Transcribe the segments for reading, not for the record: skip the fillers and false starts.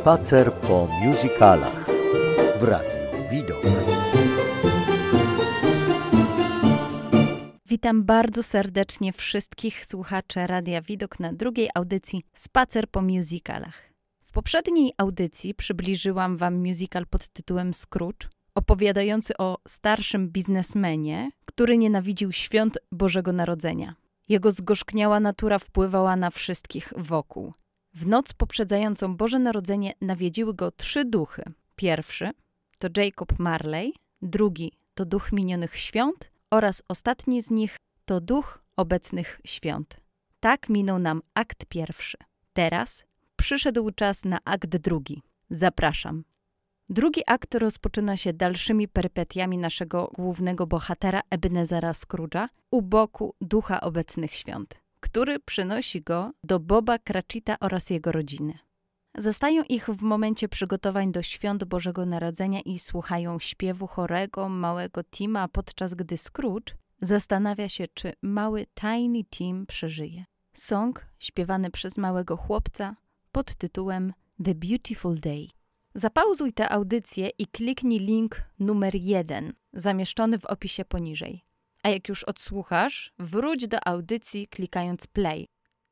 Spacer po musicalach w Radiu Widok. Witam bardzo serdecznie wszystkich słuchaczy Radia Widok na drugiej audycji Spacer po musicalach. W poprzedniej audycji przybliżyłam wam musical pod tytułem Scrooge, opowiadający o starszym biznesmenie, który nienawidził świąt Bożego Narodzenia. Jego zgorzkniała natura wpływała na wszystkich wokół. W noc poprzedzającą Boże Narodzenie nawiedziły go 3 duchy. Pierwszy to Jacob Marley, drugi to duch minionych świąt oraz ostatni z nich to duch obecnych świąt. Tak minął nam akt pierwszy. Teraz przyszedł czas na akt drugi. Zapraszam. Drugi akt rozpoczyna się dalszymi perypetiami naszego głównego bohatera Ebenezera Scrooge'a u boku ducha obecnych świąt, który przynosi go do Boba Cratchita oraz jego rodziny. Zastają ich w momencie przygotowań do świąt Bożego Narodzenia i słuchają śpiewu chorego małego Tima, podczas gdy Scrooge zastanawia się, czy mały Tiny Tim przeżyje. Song śpiewany przez małego chłopca pod tytułem The Beautiful Day. Zapauzuj tę audycję i kliknij link numer 1 zamieszczony w opisie poniżej. A jak już odsłuchasz, wróć do audycji klikając play.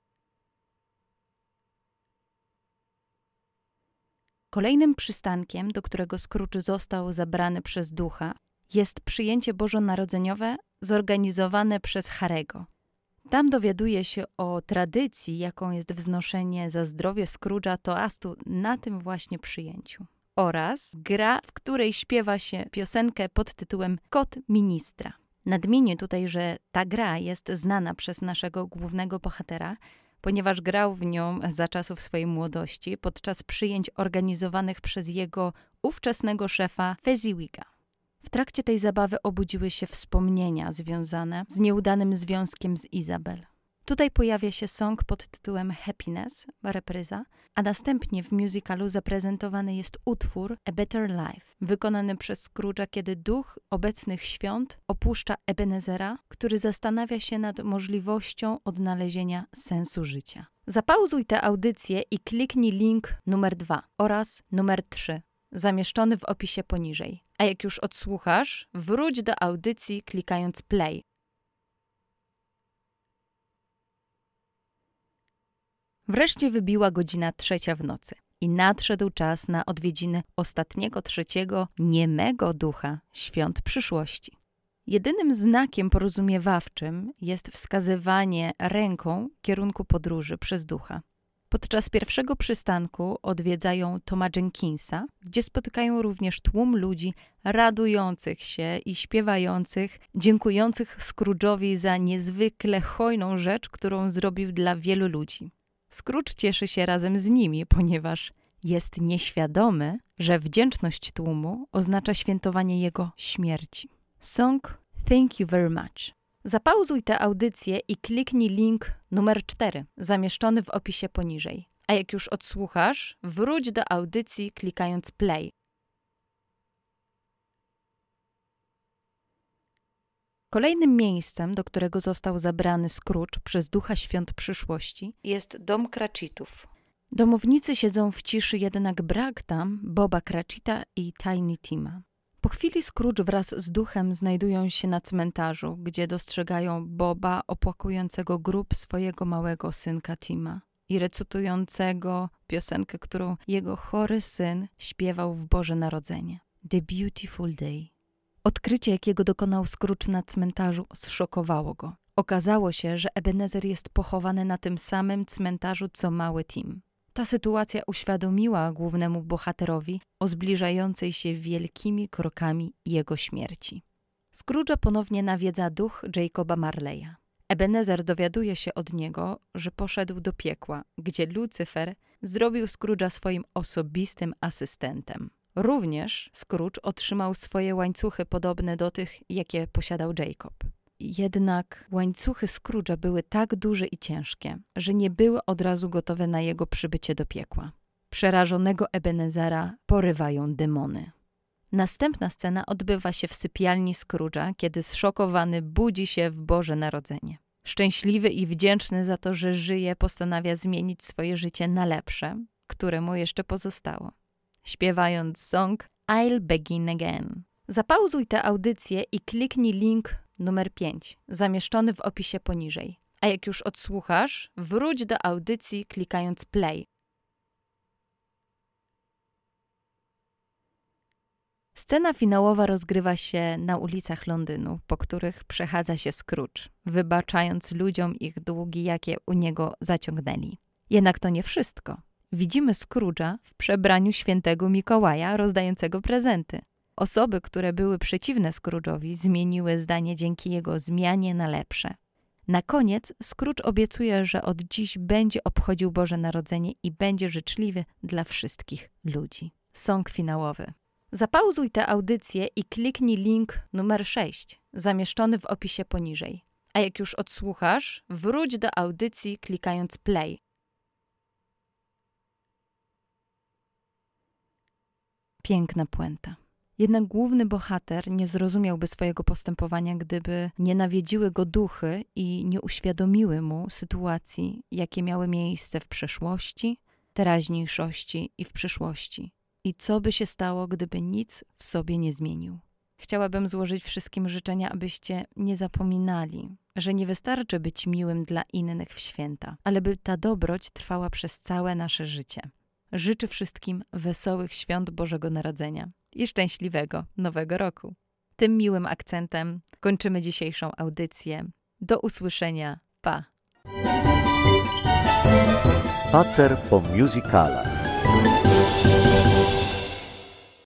Kolejnym przystankiem, do którego Scrooge został zabrany przez ducha, jest przyjęcie bożonarodzeniowe zorganizowane przez Harego. Tam dowiaduje się o tradycji, jaką jest wznoszenie za zdrowie Scrooge'a toastu na tym właśnie przyjęciu. Oraz gra, w której śpiewa się piosenkę pod tytułem Kot Ministra. Nadmienię tutaj, że ta gra jest znana przez naszego głównego bohatera, ponieważ grał w nią za czasów swojej młodości podczas przyjęć organizowanych przez jego ówczesnego szefa Fezziwiga. W trakcie tej zabawy obudziły się wspomnienia związane z nieudanym związkiem z Izabel. Tutaj pojawia się song pod tytułem Happiness, repryza, a następnie w musicalu zaprezentowany jest utwór A Better Life, wykonany przez Scrooge'a, kiedy duch obecnych świąt opuszcza Ebenezera, który zastanawia się nad możliwością odnalezienia sensu życia. Zapauzuj tę audycję i kliknij link numer 2 oraz numer 3. Zamieszczony w opisie poniżej. A jak już odsłuchasz, wróć do audycji klikając play. Wreszcie wybiła godzina 3 w nocy i nadszedł czas na odwiedziny ostatniego, trzeciego, niemego ducha świąt przyszłości. Jedynym znakiem porozumiewawczym jest wskazywanie ręką kierunku podróży przez ducha. Podczas pierwszego przystanku odwiedzają Toma Jenkinsa, gdzie spotykają również tłum ludzi radujących się i śpiewających, dziękujących Scrooge'owi za niezwykle hojną rzecz, którą zrobił dla wielu ludzi. Scrooge cieszy się razem z nimi, ponieważ jest nieświadomy, że wdzięczność tłumu oznacza świętowanie jego śmierci. Song Thank You Very Much. Zapauzuj tę audycję i kliknij link numer 4, zamieszczony w opisie poniżej. A jak już odsłuchasz, wróć do audycji klikając play. Kolejnym miejscem, do którego został zabrany Scrooge przez ducha świąt przyszłości, jest dom Cratchitów. Domownicy siedzą w ciszy, jednak brak tam Boba Cratchita i Tiny Tima. Po chwili Scrooge wraz z duchem znajdują się na cmentarzu, gdzie dostrzegają Boba opłakującego grób swojego małego synka Tima i recytującego piosenkę, którą jego chory syn śpiewał w Boże Narodzenie. The Beautiful Day. Odkrycie, jakiego dokonał Scrooge na cmentarzu, zszokowało go. Okazało się, że Ebenezer jest pochowany na tym samym cmentarzu, co mały Tim. Ta sytuacja uświadomiła głównemu bohaterowi o zbliżającej się wielkimi krokami jego śmierci. Scrooge'a ponownie nawiedza duch Jacoba Marleya. Ebenezer dowiaduje się od niego, że poszedł do piekła, gdzie Lucyfer zrobił Scrooge'a swoim osobistym asystentem. Również Scrooge otrzymał swoje łańcuchy podobne do tych, jakie posiadał Jacob. Jednak łańcuchy Scrooge'a były tak duże i ciężkie, że nie były od razu gotowe na jego przybycie do piekła. Przerażonego Ebenezera porywają demony. Następna scena odbywa się w sypialni Scrooge'a, kiedy zszokowany budzi się w Boże Narodzenie. Szczęśliwy i wdzięczny za to, że żyje, postanawia zmienić swoje życie na lepsze, które mu jeszcze pozostało, śpiewając song I'll Begin Again. Zapauzuj tę audycję i kliknij link numer 5, zamieszczony w opisie poniżej. A jak już odsłuchasz, wróć do audycji klikając play. Scena finałowa rozgrywa się na ulicach Londynu, po których przechadza się Scrooge, wybaczając ludziom ich długi, jakie u niego zaciągnęli. Jednak to nie wszystko. Widzimy Scrooge'a w przebraniu świętego Mikołaja rozdającego prezenty. Osoby, które były przeciwne Scrooge'owi, zmieniły zdanie dzięki jego zmianie na lepsze. Na koniec Scrooge obiecuje, że od dziś będzie obchodził Boże Narodzenie i będzie życzliwy dla wszystkich ludzi. Song finałowy. Zapauzuj tę audycję i kliknij link numer 6, zamieszczony w opisie poniżej. A jak już odsłuchasz, wróć do audycji klikając play. Piękna puenta. Jednak główny bohater nie zrozumiałby swojego postępowania, gdyby nie nawiedziły go duchy i nie uświadomiły mu sytuacji, jakie miały miejsce w przeszłości, teraźniejszości i w przyszłości. I co by się stało, gdyby nic w sobie nie zmienił. Chciałabym złożyć wszystkim życzenia, abyście nie zapominali, że nie wystarczy być miłym dla innych w święta, ale by ta dobroć trwała przez całe nasze życie. Życzę wszystkim wesołych świąt Bożego Narodzenia i szczęśliwego Nowego Roku. Tym miłym akcentem kończymy dzisiejszą audycję. Do usłyszenia. Pa! Spacer po musicalach.